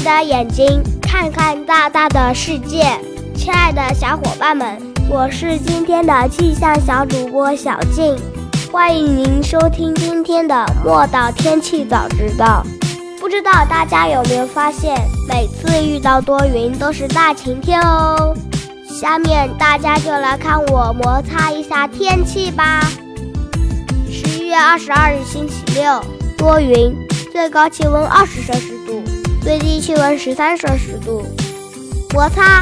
的眼睛，看看大大的世界。亲爱的小伙伴们，我是今天的气象小主播小静，欢迎您收听今天的墨岛天气早知道。不知道大家有没有发现，每次遇到多云都是大晴天哦。下面大家就来看我摩擦一下天气吧。11月22日星期六，多云，最高气温20摄氏度，最低气温13摄氏度。摩擦，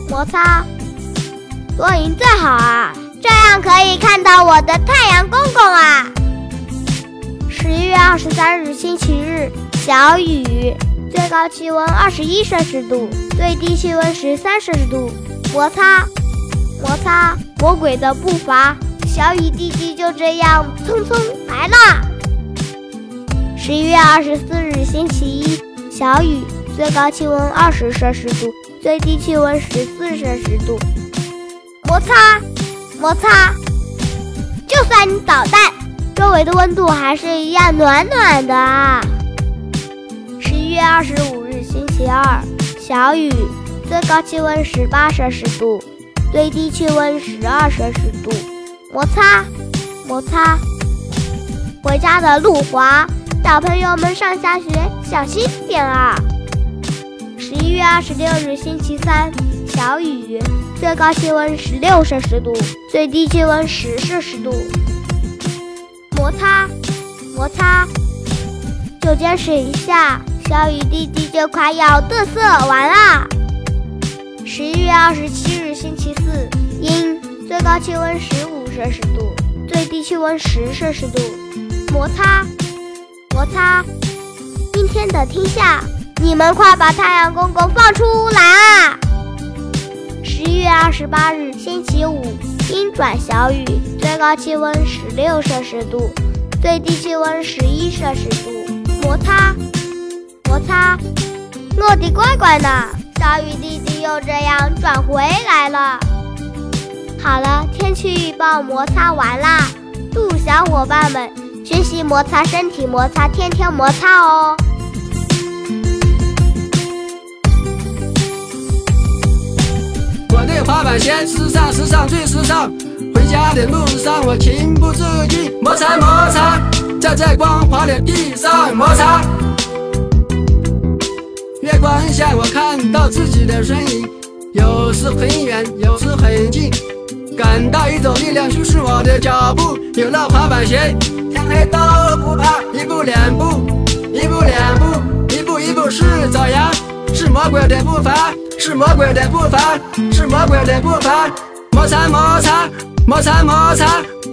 多云最好啊，这样可以看到我的太阳公公啊。11月23日星期日，小雨，最高气温21摄氏度，最低气温13摄氏度。摩擦，魔鬼的步伐，小雨弟弟就这样匆匆来啦。11月24日星期一，小雨，最高气温20摄氏度，最低气温14摄氏度。摩擦，就算你捣蛋，周围的温度还是一样暖暖的啊。11月25日星期二，小雨，最高气温18摄氏度，最低气温12摄氏度。摩擦，回家的路滑，小朋友们上下学小心点啊。11月26日星期三，小雨，最高气温16摄氏度，最低气温10摄氏度。摩擦，就坚持一下，小雨弟弟就快要嘚瑟完啦。11月27日星期四，阴，最高气温15摄氏度，最低气温10摄氏度。摩擦，阴天的天下，你们快把太阳公公放出来啊！11月28日星期五，阴转小雨，最高气温16摄氏度，最低气温11摄氏度。摩擦，落地乖乖呢，小雨弟弟又这样转回来了。好了，天气预报摩擦完啦，祝小伙伴们学习摩擦，身体摩擦，天天摩擦哦。 我的滑板鞋时尚最时尚，回家的路上我情不自禁摩擦，站在光滑的地上摩擦。月光下我看到自己的身影，有时很远，有时很近，感到一种力量驱使我的脚步。有了滑板鞋，天黑都不怕，一步两步，一步是朝阳，是魔鬼的步伐，是魔鬼的步伐，是魔鬼的步伐。摩擦，